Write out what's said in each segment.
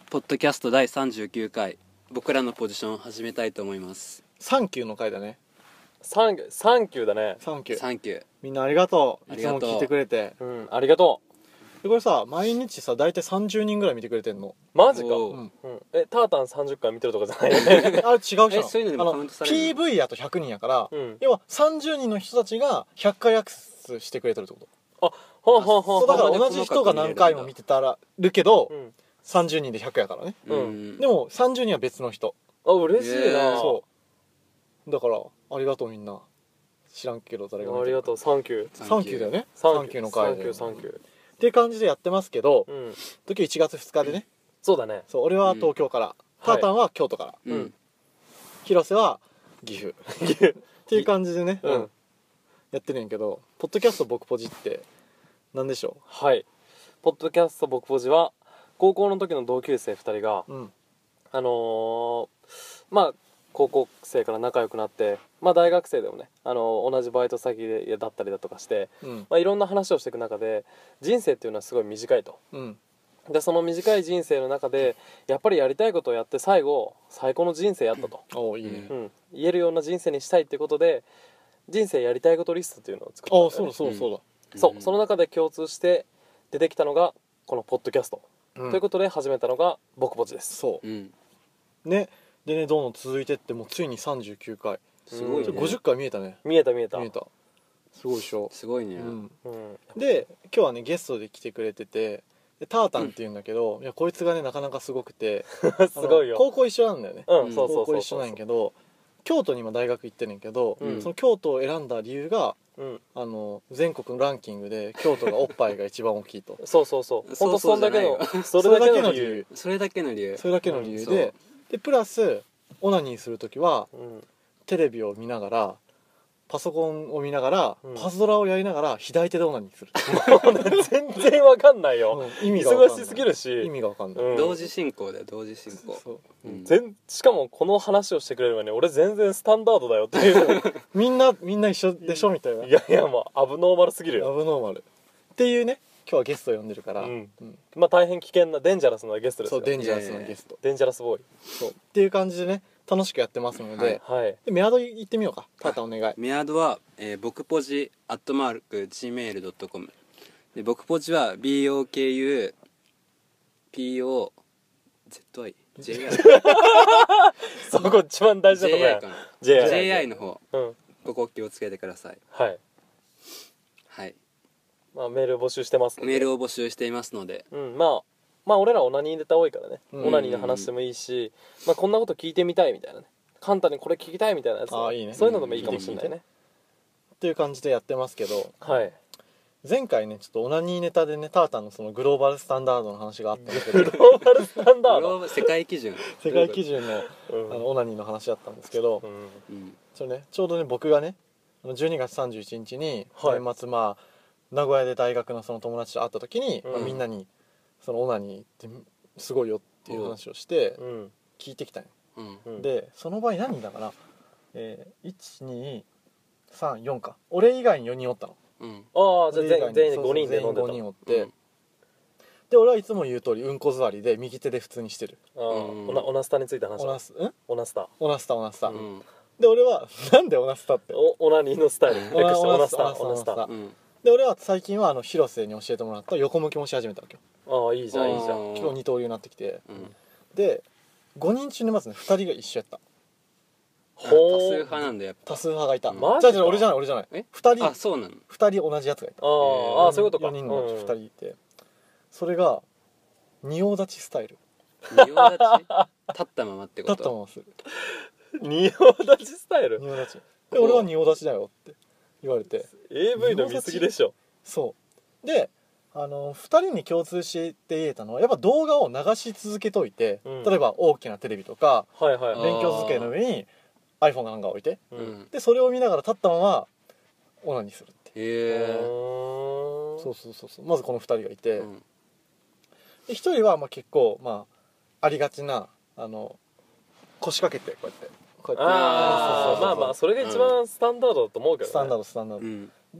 ポッドキャスト第39回僕らのポジションを始めたいと思います。 サンキューの回だね。 サンキューだね。 サンキュー。 サンキュー。 みんなありがとう。いつありがとうも聞いてくれて。 ありがとでこれさ、毎日さ、大体30人ぐらい見てくれてんの。 う。マジか。 おうん。 タータン30回見てるとかじゃないよね。 あれ違うじゃん。 そういうのでもカウントされるの？ PV やと100人やから、 うん要は30人の人たちが100回アクセスしてくれてるってこと。 ほんほんほんそうだからほん。 同じ人が何回も見てたらるけど、 うん 30人で100やからね。 うんでも30人は別の人。 嬉しいな。 そうだからありがとうみんな。知らんけど誰が見てるか。 ありがとう。サンキュー。 サンキューだよね。 ササンキューの回で。 サンキュー。 っていう感じでやってますけど、 うん。 時1月2日でね、 そうだね。 そう俺は東京から、タータンは京都から、 うん広瀬は岐阜っていう感じでね、 うんやってるんやけど、ポッドキャスト僕ポジって何でしょはい。ポッドキャスト僕ポジは高校の時の同級生2人がう。うんまあ高校生から仲良くなって、まあ大学生でもね、同じバイト先でだったりだとかして、 うんまあいろんな話をしていく中で、人生っていうのはすごい短いと。 うんでその短い人生の中でやっぱりやりたいことをやって最後最高の人生やったと、 おいいね、 言えるような人生にしたいってことで人生やりたいことリストっていうのを作ったんだよね。 そうだそうだそうだ、 そうその中で共通して出てきたのがこのポッドキャスト、 うんということで始めたのが僕ポチです。 そううんね。でね、どんどん続いてってもうついに39回、 すごいね。 50回見えたね。 見えた見えた。 見えた。すごいでしょ。 すごいね。 うんうんで今日はねゲストで来てくれてて、でタータンっていうんだけど、いやこいつがねなかなかすごくてすごいよ。 高校一緒なんだよね。 うんそうそうそうそう。 高校一緒なんやけど、京都に今大学行ってんねんけど、 うんその京都を選んだ理由がうん全国のランキングで京都がおっぱいが一番大きいとそうそうそう。本当そんだけのそそれだけの理由。 それだけの理由。 それだけの理由そうで、でプラスオナニーする時はうんテレビを見ながらパソコンを見ながら、 うんパズドラをやりながら左手でオナニーする、 全然わかんないよ。 意味がわかんない忙しすぎるし。 意味がわかんない、 うん同時進行だよ、同時進行。 そううんしかもこの話をしてくれるのに俺全然スタンダードだよっていうみんな一緒でしょみたいな、 いやいやもうアブノーマルすぎるラよ。 ブノーマルっていうね、今日はゲストを呼んでるから、 うんうんまあ大変危険なデンジャラスなゲストですよ。 そうデンジャラスなゲスト、 デンジャラスボーイ。 そうっていう感じでね楽しくやってますので、 はいはい。 でメアド行ってみようか。タータンお願い。 メアドは、僕ポジ@gmail.com で、僕ポジは BOKUPOZI JI そこ一番大事なとこ JI やか。な JI JI の方、 うんここ気をつけてください。 はい。 はい、 まあメール募集してますので。 メールを募集していますので、 まあ俺らオナニーネタ多いからね、 うんオナニーの話でもいいし、まあこんなこと聞いてみたいみたいなね、簡単にこれ聞きたいみたいなやつ、 いいねそういうのでもいいかもしれないね。 っていう感じでやってますけど、 はい。 前回ねちょっとオナニーネタでねタータンのそのグローバルスタンダードの話があったんだけどグローバルスタンダード。 世界基準世界基準のうんオナニーの話だったんですけど、 うんちょうどね僕がね12月31日にはい年末、まあ名古屋で大学のその友達と会った時に、 うんまあみんなにそのオナニーってすごいよっていう話をしてうん聞いてきたんよ、 うんうんでその場合何人だから123か俺以外に4人おったの。 うんああじゃあ俺以外に全員でそう 5人で飲んでた。 全員5人おって、 うんで俺はいつも言う通りうんこ座りで右手で普通にしてる。 ああうんオナスタについて話オナスんオナスタ。 オナスタオナスタ、 うんで俺はなんでオナスタってオナニーのスタイル。 オナオナスタ。 オナスタオナスタ。あうんで俺は最近は広瀬に教えてもらった横向きもし始めたわけよ。 あいいじゃんいいじゃん。 うん今日二刀流になってきて、 うんで5人中にまずね2人が一緒やった。 多ほ数う。 派なんだやっぱ。 多数派がいた。 マジかじゃあ俺じゃないえ 2 あ、そうなの。 人同じやつがいた。 あーあーそういうことか。 4人のうち2人いて、それが仁王立ちスタイル。 仁王立ち立ったままってこ立ったまと。 まする仁王立ちスタイル。 仁王立ちで俺は仁王立ちだよって言われて、 AV の見過ぎでしょ。 そうで2人に共通して言えたのはやっぱ動画を流し続けといて、 うん例えば大きなテレビとかはいはい。 勉強机の上に iPhone なんか置いて、 ううんん。 でそれを見ながら立ったままオナニーするって。 へえ。 そうまずこの2人がいて、 うんで1人はまあ結構ありがちな腰掛けてこうやってああまあまあそれが一番スタンダードだと思うけどね。 スタンダードうんで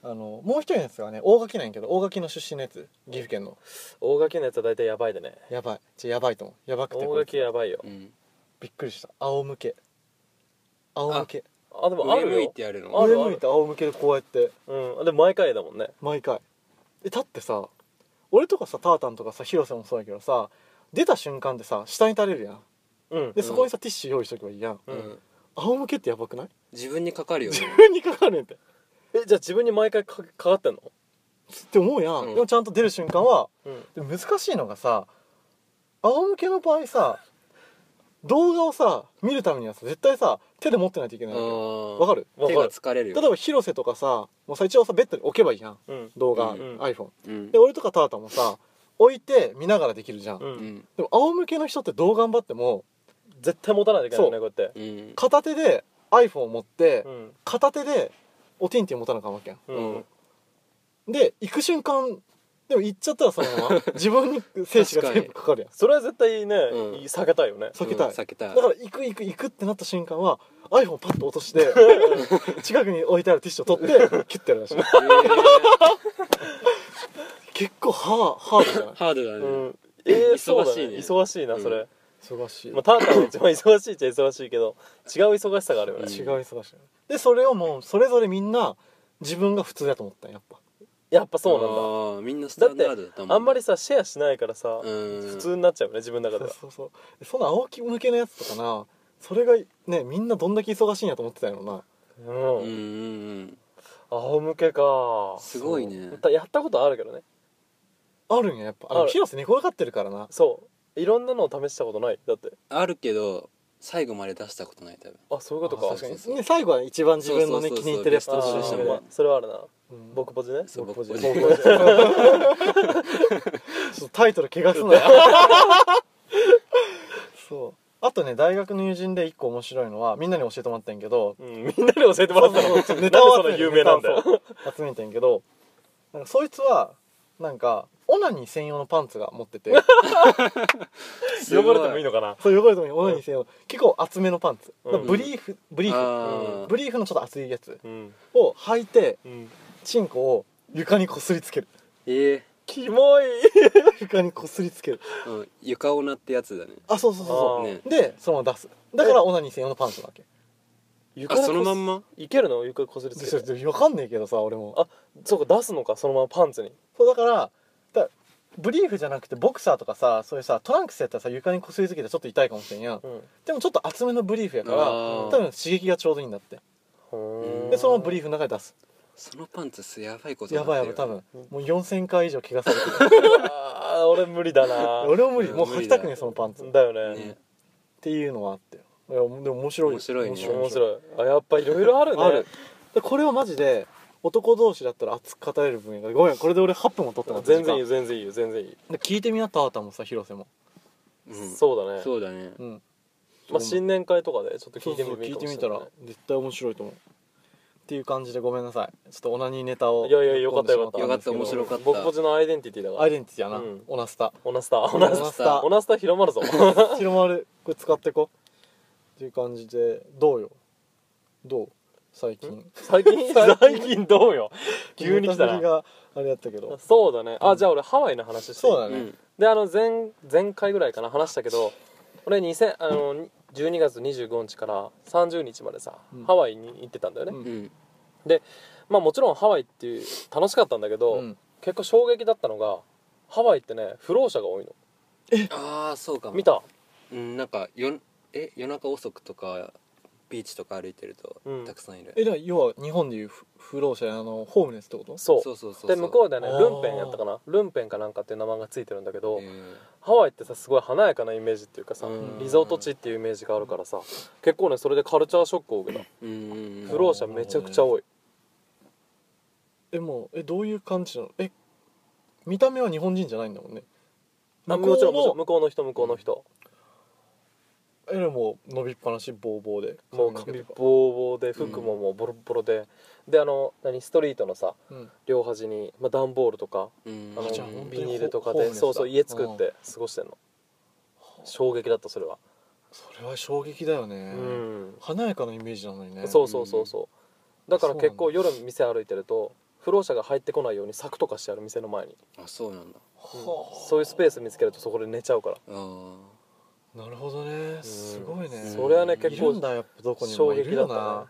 もう一人のやつがね大垣なんやけど、大垣の出身のやつ、岐阜県の。 大垣のやつは大体やばいでね。 やばい、やばいと思う。やばくて大こいつ垣やばいよ。 うんびっくりした。仰向け、仰向け、 あ、でもあ上向いるよ。 てやるのある上向いて仰向けでこうやってうん。でも毎回だもんね。 毎回。だってさ、俺とかさタータンとかさ広瀬もそうやけどさ、出た瞬間でさ下に垂れるやん。 うん。 でそこにさティッシュ用意しとけばいいやん。 うん仰向けってやばくない？ 自分にかかるよね自分にかかるねんってっじゃあ自分に毎回かかってんの？ て思うやん、 うんでもちゃんと出る瞬間は。 うん。 でも難しいのがさ、仰向けの場合さ、動画をさ見るためにはさ絶対さ手で持ってないといけないわけよ。わかる？ 手が疲れるよ例えば広瀬とかさもうさ一応さベッドに置けばいいやん、 うん。 動画、 うん iPhone うんで、俺とかタータもさ置いて見ながらできるじゃん、 う。 うんんでも仰向けの人ってどう頑張っても絶対持たないといけないよね、 そこうやって。 うん片手で iPhone を持って、 うん。 片手でおティンティン持たなあかんわけやん、 うん。 で行く瞬間でも行っちゃったらそのまま自分に精子が全部かかるやん。 それは絶対ね、 うん避けたいよね。 避けたい、 避けたいだから行くってなった瞬間は iPhone パッと落として近くに置いてあるティッシュを取ってキュッてやるらしい。結構ハードじゃない？ ハードだねうん。そうだね。 忙しいね忙しいな、 うんそれ。 忙しい、 まあ、タータンが一番忙しいっちゃ忙しいけど、違う忙しさがあるよね。 うん違う忙しい。でそれをもうそれぞれみんな自分が普通だと思ったんやっぱ。 やっぱそうなんだ。 あーみんなスタンダードだったもんあんまりさシェアしないからさ、 うん普通になっちゃうよね、自分の中では。 そうそうその青木向けのやつとかな、それがねみんなどんだけ忙しいんやと思ってたんやろな。 うん、 うんうん仰向けか。 すごいねそうやったことあるけどね。 あるんややっぱ。 ある広瀬寝転がってるからな。 そういろんなのを試したことないだって。 あるけど最後まで出したことない多分あ、そういうことか。 確かにそうそうね、最後は一番自分のねそうそうそうそう気に入ってるやつとあー一緒にしてもらう。 それはあるな。 うん僕ポジね。 そう僕ポジ僕僕ポジちょっとタイトル怪我すなよそうあとね大学の友人で一個面白いのはみんなに教えてもらったんやけど、 うん、みんなに教えてもらったの。 そうネタはその有名なんだよ。 集めてんけど、なんかそいつはなんかオナニー専用のパンツが持ってて呼ばれてもいいのかな。 そう汚れてもいいオナニー専用、結構厚めのパンツ、 うんブリーフあーブリーフのちょっと厚いやつうん。 を履いてうん。 チンコを床にこすりつけるキモい。 床にこすりつける。 うん床オナってやつだねあ、そうそうそうそあーねうでそのまま出す。だからオナニー専用のパンツなわけ。 あそのまんまいけるの？床こすりつけて。 で分かんねえけどさ俺も。 あ、そうか、出すのか、そのままパンツに。 そうだからブリーフじゃなくてボクサーとかさ、そういうさトランクスやったらさ床にこすりつけてちょっと痛いかもしれんやん。 うん。 でもちょっと厚めのブリーフやからあー多分刺激がちょうどいいんだって。でそのままブリーフの中で出す。 そのパンツやばいことやばいやばい、多分もう4000回以上怪我されてるあー、俺無理だな。 俺も無理、 うんもう履きたくねえそのパンツっだよね。 ねていうのはあって。いやでも面白い面白いね面白い。あ、やっぱいろいろあるね。 ある。でこれはマジで男同士だったら熱く語れる分野が、ごめんこれで俺8分も取ってなかった全然いいよ、全然いいよ、全然いい。 で聞いてみなったあーたもさ広瀬も。 うんそうだね。 そうだねうんまあ、新年会とかでちょっと聞いてみそうそうる聞いてみたら絶対面白いと思うっていう感じで、ごめんなさいちょっとオナニーネタをいやいやよかったよかったよかった面白かった僕ポジのアイデンティティだから。 アイデンティティやな、 うんオナスタオナスタ。オオナスナスタオナスタ広まるぞ。 広まる、これ使ってこっていう感じで。どうよどう最近最近どうよ。急に来たな。 ネタ振りがあれやったけど。 そうだね。あ、じゃあ俺ハワイの話していい？ そうだね、 うんで前回ぐらいかな話したけど、俺12月25日から30日までさ、 うんハワイに行ってたんだよね。 うんうんまあもちろんハワイっていう楽しかったんだけど、 うん結構衝撃だったのがハワイってね不老者が多いの。 ああそうかも見た？ うんなんか夜中遅くとかビーチとか歩いてるとうんたくさんいるだから要は日本でいう不老者やホームレスってこと？ そうそうそうそうで向こうでねあールンペンやったかな、ルンペンかなんかっていう名前がついてるんだけど、 えーハワイってさすごい華やかなイメージっていうかさ、 うんリゾート地っていうイメージがあるからさ、結構ねそれでカルチャーショックを受けた。 うんうんうん不老者めちゃくちゃ多い。 もうどういう感じなの？見た目は日本人じゃないんだもんね。 あ、もちろん向こうの人でも伸びっぱなしボーボーでもう髪ボーボーで服ももうボロボロで、でストリートのさうん両端に、まあ、段ボールとかうんあのじゃあ本当にビニールとかホームレスだでそう家作って過ごしてんの。衝撃だったそれは。 それは衝撃だよね、 うん、 華やかなイメージなのにね。 そうだから結構夜店歩いてると不老者が入ってこないように柵とかしてある店の前に、 あそうなんだ。 はあそういうスペース見つけるとそこで寝ちゃうからあなるほどね、すごいね、 うんそれはね結構いるんだやっぱどこにも衝いる撃だったねよな。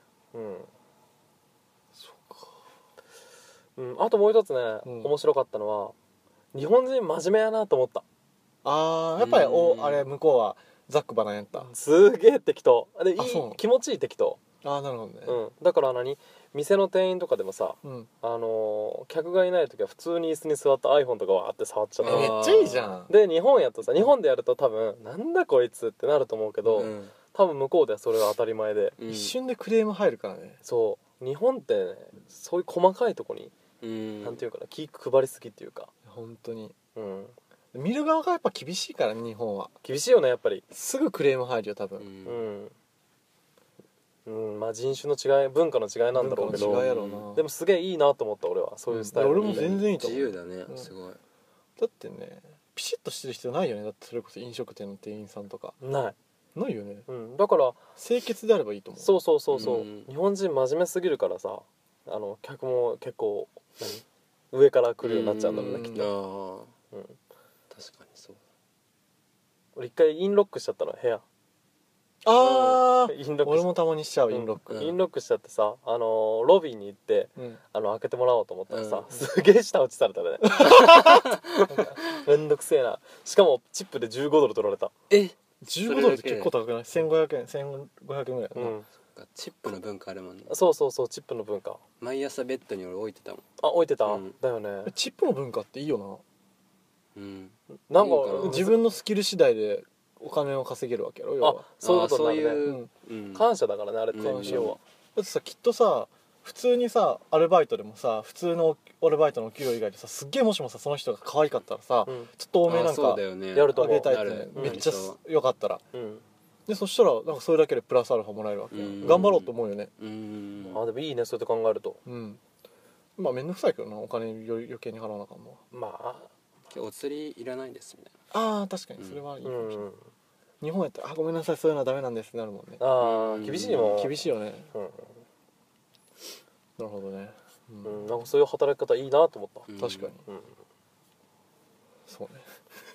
あともう一つね、 うん面白かったのは日本人真面目やなと思った。 あーやっぱりあれ向こうはザックバナンやった、 すげえ適当でいいあそう気持ちいい適当、 ああなるほどねだから店の店員とかでもさ、 うん、 客がいない時は普通に椅子に座った iPhone とかわーって触っちゃったあーめっちゃいいじゃん。 で日本やとさ、日本でやると多分なんだこいつってなると思うけど、 うん多分向こうではそれが当たり前で、 うん一瞬でクレーム入るからね。 そう日本ってねそういう細かいとこに、 うんなんていうかな気配りすぎっていうか、 本当にうん、 見る側がやっぱ厳しいからね、日本は厳しいよねやっぱり。 すぐクレーム入るよ多う分、 うん、まあ人種の違い文化の違いなんだろうけど文化の違いやろうな、 でもすげえいいなと思った俺はそういうスタイル、 俺も全然いいと思う。 自由だねうんすごい。 だってねピシッとしてる必要ないよね。だってそれこそ飲食店の店員さんとかない、 ないよね。 だから清潔であればいいと思う。 そうそうそうそう、 うん日本人真面目すぎるからさ客も結構上から来るようになっちゃうんだろうね、 うんきっあと、 あうん、 確かにそう。 俺一回インロックしちゃったの部屋ああインロック俺もたまにしちゃうインロック、 うんインロックしちゃってさロビーに行ってうん開けてもらおうと思ったらさ、 うんすげえ舌打ちされたねなんかめんどくせえな。しかもチップで15ドル取られた。 え 15ドルって結構高くない？ 1500 円1500円ぐらいだな、 チップの文化あるもんね。 そうそうそうチップの文化。 毎朝ベッドに俺置いてたもん。 置いてた、 うんだよね。 チップの文化っていいようんなんかいいかなな。自分のスキル次第でお金を稼げるわけやろ要は。 そういうことになるね。 あーそういううんうん感謝だからねあれって、 うん要は。 だってさきっとさ普通にさアルバイトでもさ普通のアルバイトの給料以外でさすっげえもしもさその人が可愛かったらさ、 うんちょっと多めなんあそうかだよね。 やると思うあげたいってなるめっちゃよかったらうんでそしたらなんかそれだけでプラスアルファもらえるわけよ、 うん頑張ろうと思うよね。 うんでもいいねそうやって考えると。 うんまあめんどくさいけどなお金余計に払わなあかんのは。 まお釣りいらないですみたいああ確かにそれはいいあかもしれない、日本やったらごめんなさいそういうのはダメなんですってなるもんね。 厳しいもん。 厳しいよね。 うんなるほどね、うんなんかそういう働き方いいなと思った。 な。 確かにうんそうね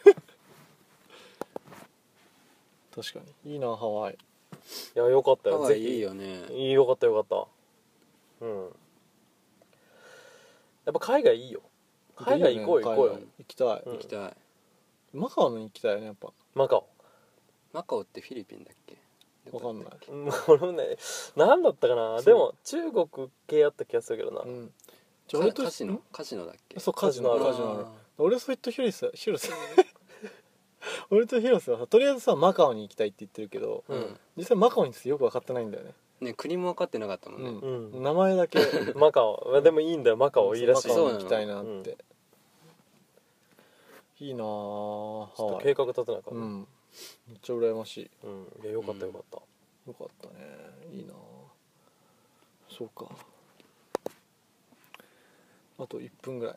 確かにいいなハワイ。 いやよかったよ。 ハワイいいよ。 よね。 よかったよかった。やっぱ海外いいよ。海外行こうよ行こうよ。 行きたい、 うん行きたい。 マカオの行きたいよねやっぱ。 マカオ。 マカオってフィリピンだっけ？ わかんない。 俺もね何だったかな。でも中国系やった気がするけどな。 うんカカジノだっけ？ そうカジノあるカカジノある。俺それと広瀬俺と広瀬はさとりあえずさマカオに行きたいって言ってるけど、 うん実際マカオについてよく分かってないんだよね。 ね国も分かってなかったもんね。 うん名前だけマカオ。でもいいんだよマカオいいらしい。 マカちょオに行きたいなって、いいなぁハワイ。 っと計画立てないからね。 うんめっちゃ羨ましい。 いやよかったよかった。 よかったねいいなぁそうかあと1分ぐらい。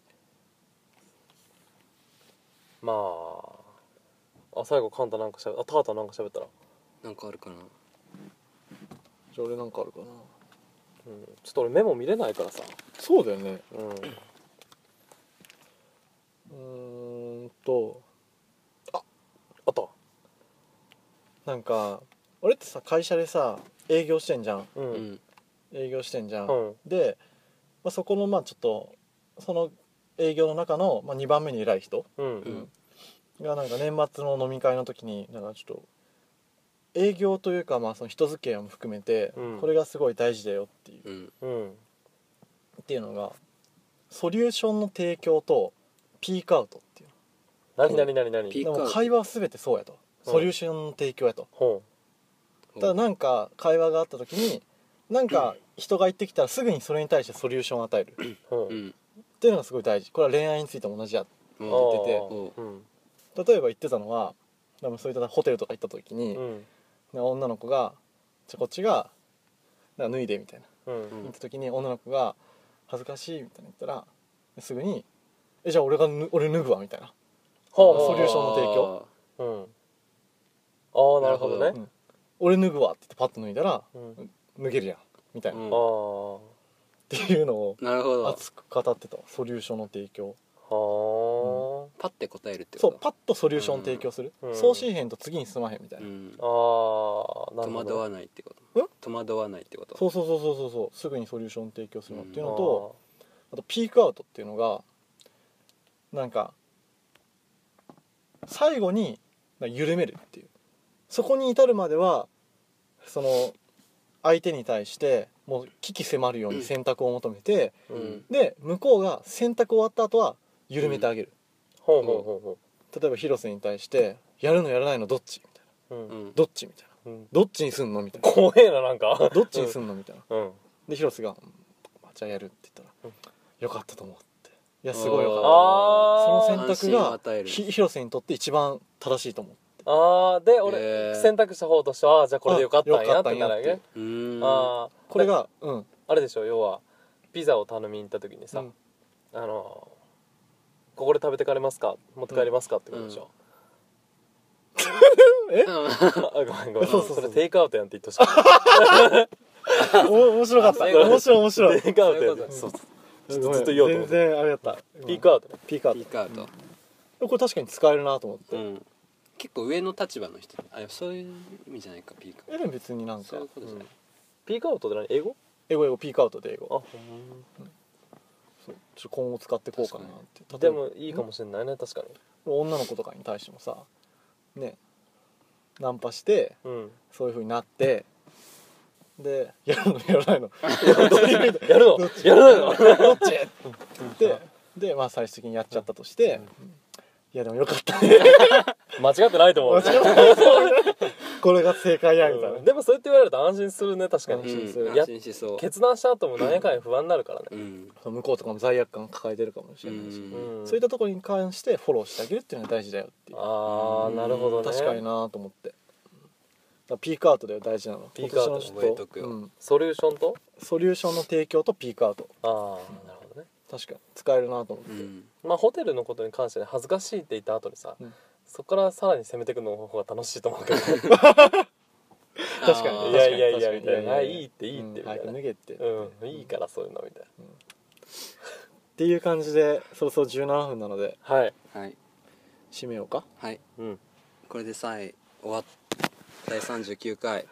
まあ最後カンタなんかタータなんか喋ったら、 なんかあるかな。 じゃあ俺なんかあるかな。 ちょっと俺メモ見れないからさ。 そうだよね。 うんあった。 なんか俺ってさ会社でさ営業してんじゃん。 ううんん営業してんじゃん、 うんで、そこのちょっとその営業の中の、2番目に偉い人うんがなんか年末の飲み会の時になんかちょっと営業というかその人付き合いも含めて、 うんこれがすごい大事だよっていう、 うんっていうのがソリューションの提供とピークアウトっていう何ピークアウトでも会話は全てそうやと、ソリューションの提供やと。 ほただなんか会話があった時になんか人が言ってきたらすぐにそれに対してソリューションを与えるっうほううんていうのがすごい大事。これは恋愛についても同じや。 うん言ってておうん例えば言ってたのはでもそういったホテルとか行った時に、女の子がじゃあこっちがなんか脱いでみたいなうん言った時に女の子が恥ずかしいみたいな言ったらすぐにじゃあ俺脱ぐわみたいなほソリューションの提供、 ああなるほどね。 俺脱ぐわって言ってパッと脱いだらうん脱げるやんみたいな、 うんっああてっていうのをなるほど。 熱く語ってたわ。ソリューションの提供。 はパッて答えるってこと。 そうパッとソリューション提供する、 うんそうしへんと次に進まへんみたいな、 うん。 あ。ああ、なる戸ほど。 惑わないってことん。 戸惑わないってこと。 そうそうそうそうそうそう、すぐにソリューション提供するのっていうのあと、あとピークアウトっていうのがなんか最後に緩めるっていう、そこに至るまではその相手に対してもう危機迫るように選択を求めて、 ーうん。 で向こうが選択終わった後は緩めてあげる、 ほうほうほうほ例えば広瀬に対してやるのやらないのどっちみたいな、 う。うん。 うん。 どっちみたいな、 うん。 どっちにすんのみたいな、 怖えな、なんか。 どっちにすんのみたいな、 うん。 で広瀬がじゃあやるって言ったら、 うんよかったと思うって、いやすごいよかった、 あーその選択安心をが与える広瀬にとって一番正しいと思う。 ああ、で、 へ俺、 ー選択した方としては、あーじゃあこれでよかったんやあよかったってなるわけんやって。 うーん。 ああ、 これがうんあれでしょ、要は、ピザを頼みに行った時にさ、 うんここで食べてかれますか、持って帰りますかってことでしょ。あ、ごめんごめん。 そうそうそうそれテイクアウトやんって言ってほしかっ面白かった、 そういうこと面白い面白いた。テイクアウトやんそういうことそうごめんずっと言おうと思全って然あれだったピークアウトね。 ピークアウピークアウト。 ト、これ確かに使えるなと思って、 うん。結構上の立場の人。あ、そういう意味じゃないか、ピーク。 でも別になんかそういうことじゃない。 ピークアウトって何、英語？ 英語ピークアウトで英語、 あ、 そうちょっと今後使っていこうかなって。 でもいいかもしれないね、確かに。 女の子とかに対してもさねナンパしてうん。 そういう風になってでやるのやらないのやるのやらないのどっちでまあ最終的にやっちゃったとして、いやでもよかったね間違ってないと思う。 これが正解やみたいな、 でもそうやって言われると安心するね、確かに。 うん。 や安心しそう。 決断した後も何やかんや不安になるからね。 うん。 向こうとかも罪悪感抱えてるかもしれないし、 うんそういったところに関してフォローしてあげるっていうのが大事だよっていう、 ああ、なるほどね。 確かになと思って、だからピークアウトだよ大事なの。 ピークアウト今年の覚えとくようん、 ソリューションと、 ソリューションの提供とピークアウトああ、なるほどね。 確かに使えるなと思って、 うん。 まあホテルのことに関してね、恥ずかしいって言った後にさ、 うんそこからさらに攻めていくの方が楽しいと思うけど確かにいやいやいや確かにみたいな、あいやいやいいっていいってみた早いな、 く脱げって、っうん、いいからそういうのみたいていう感じでそろそろ17分なのでな。はい。 はい。 締めようか。 はい。 うん。 これで終わっ第39回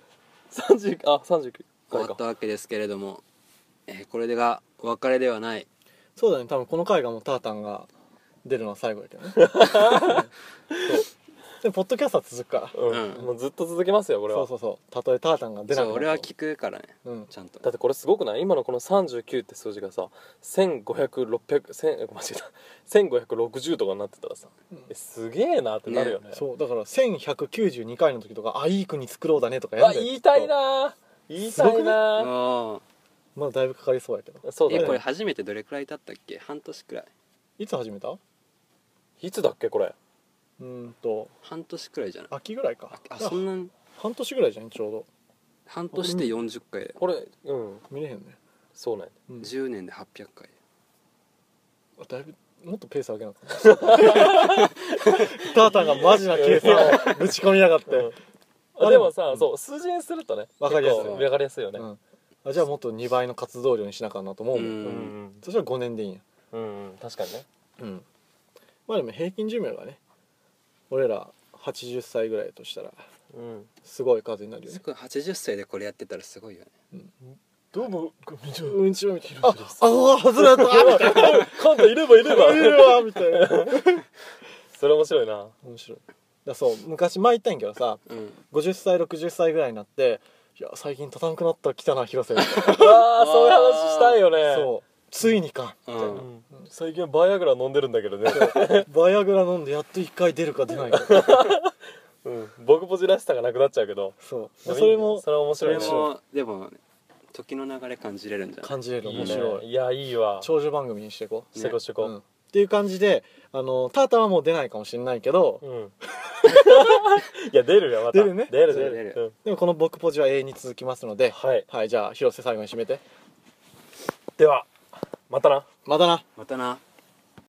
39 終回か。 わったわけですけれども、これがお別れではない。 そうだね、多分この回がもうタータンが出るのは最後だけどねそうでもポッドキャストは続くからうん。もうずっと続けますよこれは。 そうたとえタータンが出なくなっても俺は聞くからね、 うんちゃんと。 だってこれすごくない？今のこの39って数字がさ、1560とかになってたらさ、すげえなってなるよね。 そうだから1192回の時とかあいい国作ろうだねとかやあ、 んだよ言いたいな、言いたいな。 あまだだいぶかかりそうやけど。 あ。 そうだね。 これ初めてどれくらい経ったっけ？半年くらい。 いつ始めた？ いつだっけこれ？ 半年くらいじゃない？ 秋ぐらいか。 あ、そんな半年ぐらいじゃんちょうど。 半年で40回で、 これ、うん、 見れへんね、 そうね。 うん、 10年で800回。 だいぶもっとペース上げなかったタータンがマジな計算をぶち込みやがって、 あでもさ、そう数字にするとね、 わかりやすい結構わかりやすいよね。 うんあじゃあもっと2倍の活動量にしなあかんなと思うもん、 うんうんそしたら5年でいいんや。 うん、確かにね。 うんまあでも平均寿命がね俺ら80歳ぐらいとしたらうん。 すごい数になるよね。 すごい80歳でこれやってたらすごいよね。 どうもこんにちは。 うんちはみたいな。あ外れたみたいな。 カンタいればいれば。 いるわみたいな。 それ面白いな。 面白い。だそう昔前言ったんやけどさ、 うん。 50歳60歳ぐらいになっていや最近立たなくなった来たな広瀬みたいな。 ああ、そういう話したいよね。 そうついにかう。 うんん。最近はバイアグラ飲んでるんだけどね。 バイアグラ飲んでやっと1回出るか出ないか。 うん。僕ポジらしさがなくなっちゃうけど。 そうでもいいねそれもそれは面白いね。 でもでも時の流れ感じれるんじゃない？ 感じれるいいね面白い。 いや、いいわ。 長寿番組にしていこう。 してこしてこ。 うんっていう感じでタータンはもう出ないかもしれないけど、 うん。いや、出るよ、また。 出るね出る出る出る。 でもこの僕ポジは永遠に続きますので、 はい。 はいじゃあ広瀬最後に締めて。 では、またな。 またな。 またな。